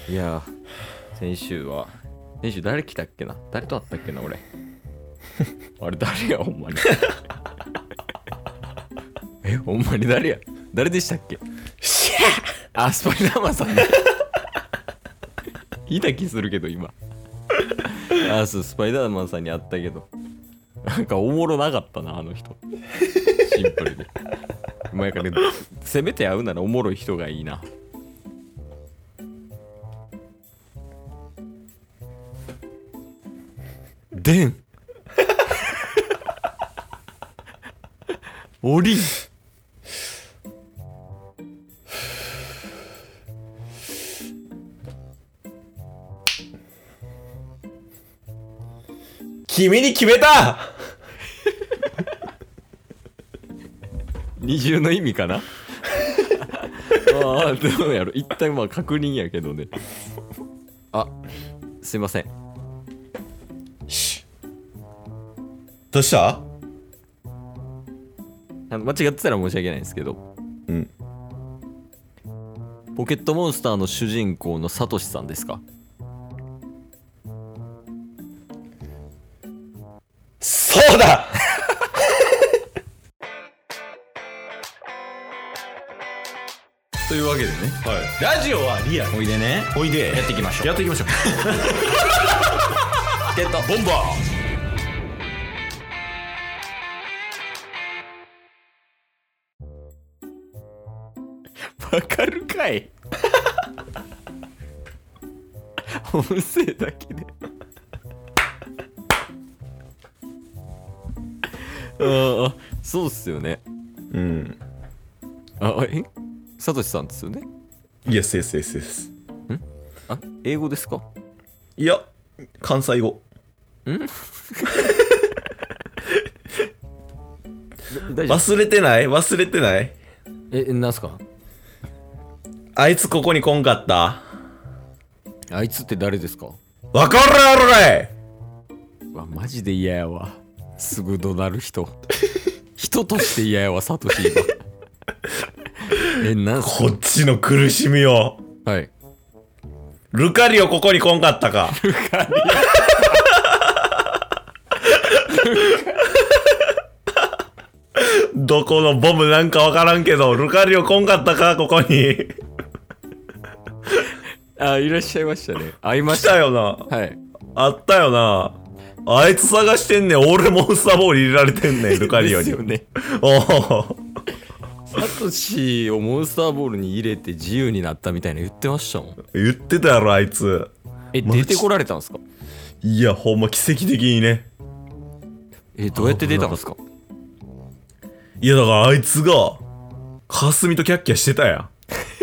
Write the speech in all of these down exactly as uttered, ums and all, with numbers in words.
いや先週は先週誰来たっけな、誰と会ったっけな俺あれ誰やほんまにえほんまに誰や誰でしたっけ。 シャあスパイダーマンさんいた気するけど今あそうスパイダーマンさんに会ったけどなんかおもろなかったなあの人シンプルでまあやからせめて会うならおもろい人がいいな。でんおりん君に決めた二重の意味かなああどうやろ一旦まあ確認やけどね。あすいません。 シどうした？ あの間違ってたら申し訳ないんですけど、 うん。 ポケットモンスターの主人公のサトシさんですか？ そうだというわけでね、 はい、ラジオはリアル。 おいでねおいでやっていきましょう。 やっていきましょうゲットボンバーわかるかい音声だけでああそうっすよね。 ーうんあえサトシさんですよね。 イエスイエスイエスイエス。 あ英語ですか？ いや関西語。 ん大丈夫？ 忘れてない忘れてない。 えなんすか？ あいつここに来んかった。 あいつって誰ですか？ わかるやろがい。 わマジで嫌やわ。すぐ怒鳴る人人として嫌やわサトシがえなんすこっちの苦しみを。 はいルカリオここに来んかったか。 ルカリどこのボムなんかわからんけどルカリオ来んかったかここにあいらっしゃいましたね。会いまし来たよな。 はいあったよな。あいつ探してんねん。俺モンスターボール入れられてんねんルカリオに。 ですよね。 おおサトシをモンスターボールに入れて自由になったみたいな言ってましたもん。 言ってたやろあいつ。 え出てこられたんですか？ いやほんま奇跡的にね。 えどうやって出たんですか？ いやだからあいつがかすみとキャッキャしてたやん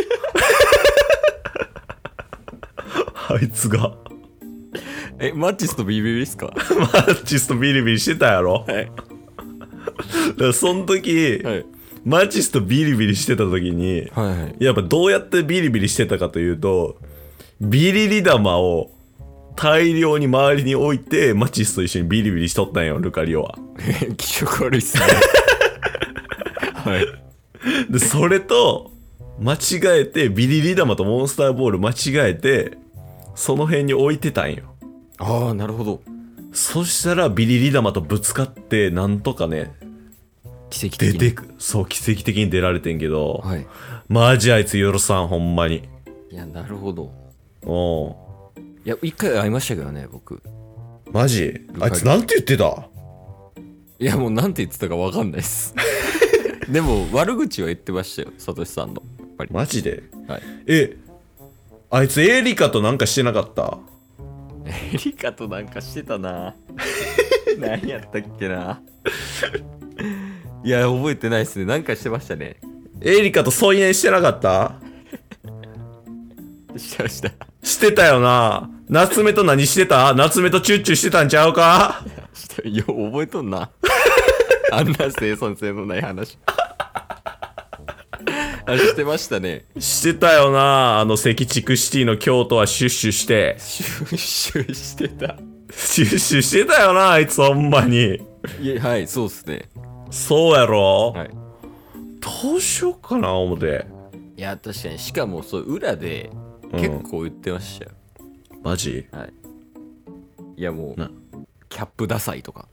あいつがえマッチスとビリビリですか？ マッチスとビリビリしてたやろ。 はいだからその時、 はいマチスとビリビリしてた時に、 はいはいやっぱどうやってビリビリしてたかというと、ビリリ玉を大量に周りに置いてマチスと一緒にビリビリしとったんよルカリオは。 気色悪いっすねはいでそれと間違えてビリリ玉とモンスターボール間違えてその辺に置いてたんよ。 ああなるほど。 そしたらビリリ玉とぶつかってなんとかね奇跡的に出てく、そう奇跡的に出られてんけど、 はいマジあいつ許さんほんまに。 いやなるほど。 おういや一回会いましたけどね僕。 マジあいつなんて言ってた？ いやもうなんて言ってたか分かんないっすでも悪口は言ってましたよサトシさんのやっぱり。 マジで？ はいえあいつエリカとなんかしてなかった？ エリカとなんかしてたな何やったっけないや覚えてないっすね。なんかしてましたね。 エリカと添い寝してなかった？ してましたしてたよな。夏目と何してた？夏目とチュッチュしてたんちゃうか？ してよう覚えとんなあんな生存性のない話あしてましたね。 してたよな。あの赤畜シティの京都はシュッシュしてシュッシュしてた。 シュッシュしてたよなあいつほんまに。 いやはいそうっすね。 そうやろ、 はい、 どうしようかな思て。 いや確かにしかもそう裏でうん結構言ってましたよ。 マジ？ はい。いやもうなキャップダサいとか。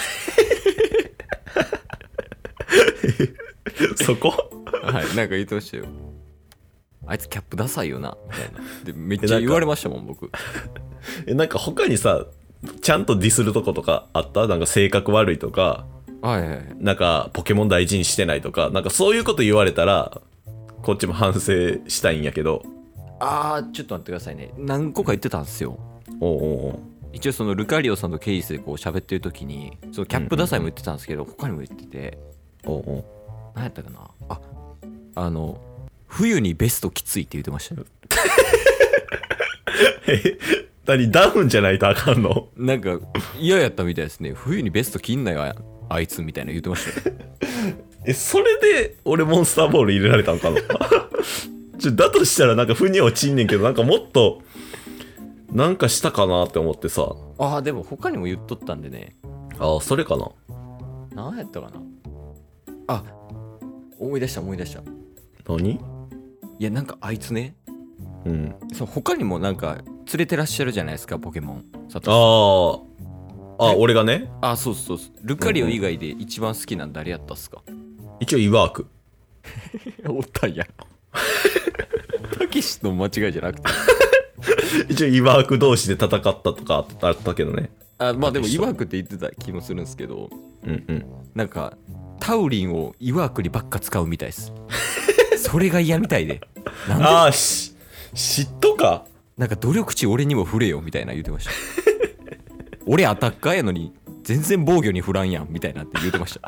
そこはい、なんか言ってましたよ。あいつキャップダサいよなみたいな。でめっちゃ言われましたもん僕。 えなんか他にさちゃんとディスるとことかあった？なんか性格悪いとか、 はいはいはい。 なんかポケモン大事にしてないとか、なんかそういうこと言われたらこっちも反省したいんやけど。 あーちょっと待ってくださいね。何個か言ってたんですよ。 おうおうおう。 一応そのルカリオさんとケイスでこう喋ってる時にそのキャップダサいも言ってたんですけど、他にも言ってて、 おうおう。 何やったかなああの冬にベストきついって言ってましたよ。 え何ダウンじゃないとあかんの？ なんか嫌やったみたいですね。冬にベスト着んなよああいつみたいな言ってましたよ。 えそれで俺モンスターボール入れられたんかな？ちょだとしたらなんか腑に落ちんねんけど、なんかもっとなんかしたかなって思ってさ。 ああでも他にも言っとったんでね。 ああそれかな。 何やったかなあ思い出した思い出した。 何？ いやなんかあいつね、 うん。 その他にもなんか連れてらっしゃるじゃないですかポケモン。佐藤さんあああ俺がねあそうそうそう。ルカリオ以外で一番好きなん誰やったっすか？ 一応イワーク。 おったんや。たけしの間違いじゃなくて。 一応イワーク同士で戦ったとかあったけどね。 あまあでもイワークって言ってた気もするんですけど、 うんうん。 なんかタウリンをイワークにばっか使うみたいです。それが嫌みたいで。なんでああし嫉妬か。 なんか努力値俺にも振れよみたいな言ってました。俺アタッカーやのに全然防御に振らんやんみたいなって言ってました。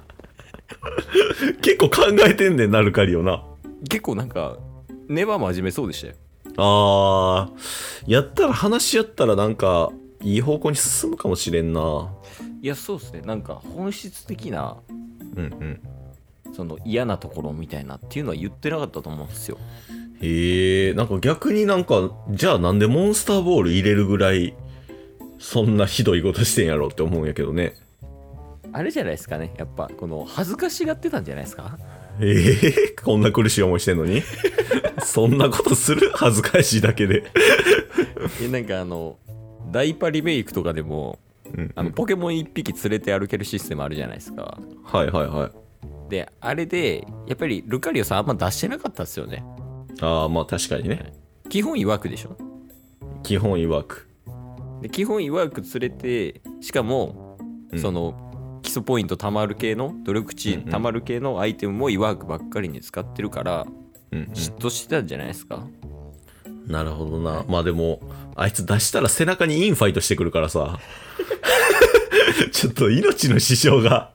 結構考えてんねんなルカリオな。 結構なんか根は真面目そうでしたよ。 あーやったら話し合ったらなんかいい方向に進むかもしれんな。 いやそうですね。なんか本質的なうんうんその嫌なところみたいなっていうのは言ってなかったと思うんですよ。 へえなんか逆になんかじゃあなんでモンスターボール入れるぐらいそんなひどいことしてんやろって思うんやけどね。 あれじゃないですかね。やっぱこの恥ずかしがってたんじゃないですか。 ええこんな苦しい思いしてんのにそんなことする？恥ずかしいだけで。 えなんかあのダイパリメイクとかでもうんあのポケモンいっぴき連れて歩けるシステムあるじゃないですか。 はいはいはい。 であれでやっぱりルカリオさんあんま出してなかったですよね。 ああまあ確かにね。 基本曰くでしょ。 基本曰く。 で基本曰く連れてしかも、 うん、 その基礎ポイントたまる系の努力値たまる系のアイテムも曰くばっかりに使ってるから、 うんうん、 嫉妬してたんじゃないですか。 なるほどな。まあでもあいつ出したら背中にインファイトしてくるからさちょっと命の支障が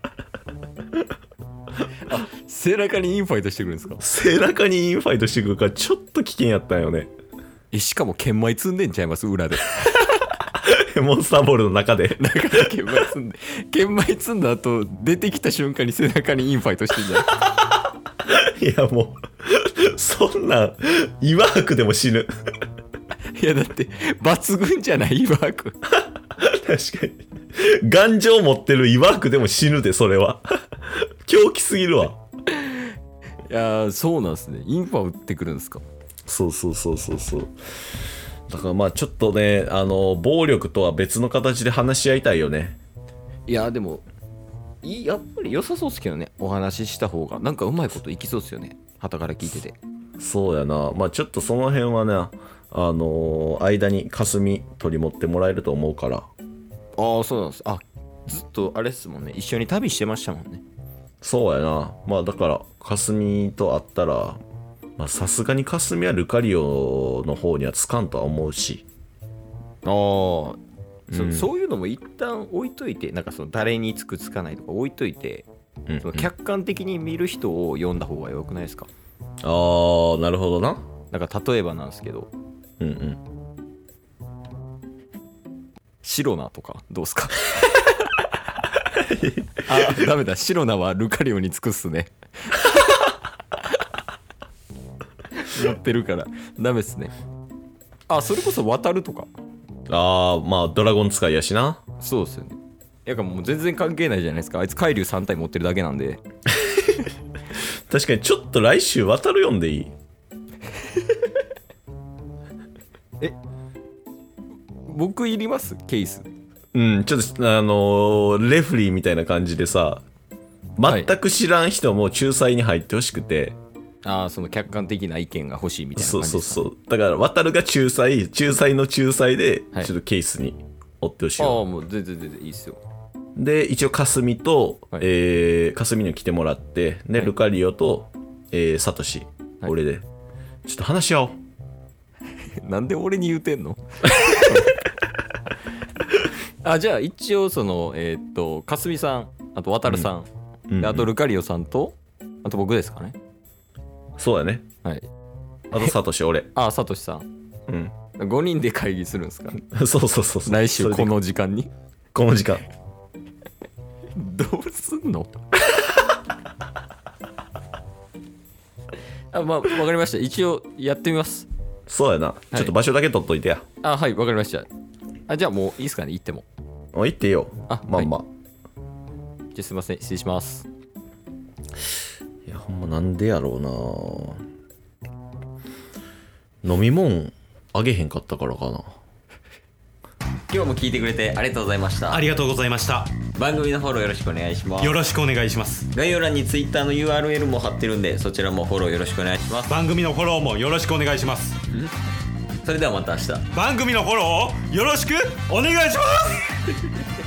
あ背中にインファイトしてくるんですか？ 背中にインファイトしてくるからちょっと危険やったんよね。 えしかも剣舞積んでんちゃいます裏で。 モンスターボールの中でだから剣舞積んで剣舞積んだ後出てきた瞬間に背中にインファイトしてんじゃん。 いやもうそんなイワークでも死ぬ。 いやだって抜群じゃないイワーク。 確かに頑丈持ってるイワークでも死ぬでそれは。狂気すぎるわ。 いやそうなんですね。インファ打ってくるんですか？ そうそうそうそうそう。だからまあちょっとねあの暴力とは別の形で話し合いたいよね。 いやでもいいやっぱり良さそうですけどね。お話しした方がなんかうまいこといきそうですよね。傍から聞いてて。 そうやな。まあちょっとその辺はねあのー、間に霞取り持ってもらえると思うから。 ああそうなんです。あずっとあれっすもんね。一緒に旅してましたもんね。 そうやな。まあだから霞と会ったらまあさすがに霞はルカリオの方にはつかんとは思うし。 ああ、 うん、 そ, そういうのも一旦置いといて、なんかその誰につくつかないとか置いといて、うんうん、その客観的に見る人を読んだ方がよくないですか？ ああなるほどな。 なんか例えばなんですけど、 うんうん。 シロナとかどうすか？あダメだ、シロナはルカリオにつくっすね。持ってるからダメっすね。あそれこそ渡るとか。 ああまあドラゴン使いやしな。 そうっすよね。いやもう全然関係ないじゃないですか。あいつ海竜さん体持ってるだけなんで。 確かにちょっと来週渡る読んでいい？ え僕いりますケース。 うんちょっとあのー、レフリーみたいな感じでさ全く知らん人も仲裁に入ってほしくて、 はい、ああその客観的な意見が欲しいみたいな感じですか、ね、 そうそうそうだから渡るが仲裁仲裁の仲裁ではい、 ちょっとケースに追ってほしい、 ああもう全然全然いいっすよ。 で一応かすみと、 はい、 えー、かすみに来てもらってで、はい、ルカリオと、えー、サトシ、はい、俺でちょっと話し合おうなんで俺に言うてんのあじゃあ一応そのえー、っとかすみさんあと渡るさん、うん、あとルカリオさんとあと僕ですかね。 そうだね。 はい。 あとサトシ俺あサトシさんうんごにんで会議するんですかそうそうそうそう来週この時間にこの時間どうすんのあまあ分かりました一応やってみます。 そうやな、はい、ちょっと場所だけ取っといてや。 あはい分かりました。あじゃあもういいですかね行っても。 あ行っていいよ。あまんま、はい、 じゃあすいません失礼します。 いやほんまなんでやろうな飲み物あげへんかったからかな。 今日も聞いてくれてありがとうございました。 ありがとうございました。 番組のフォローよろしくお願いします。 よろしくお願いします。 概要欄に Twitter の ユーアールエル も貼ってるんでそちらもフォローよろしくお願いします。 番組のフォローもよろしくお願いします。 それではまた明日番組のフォローをよろしくお願いします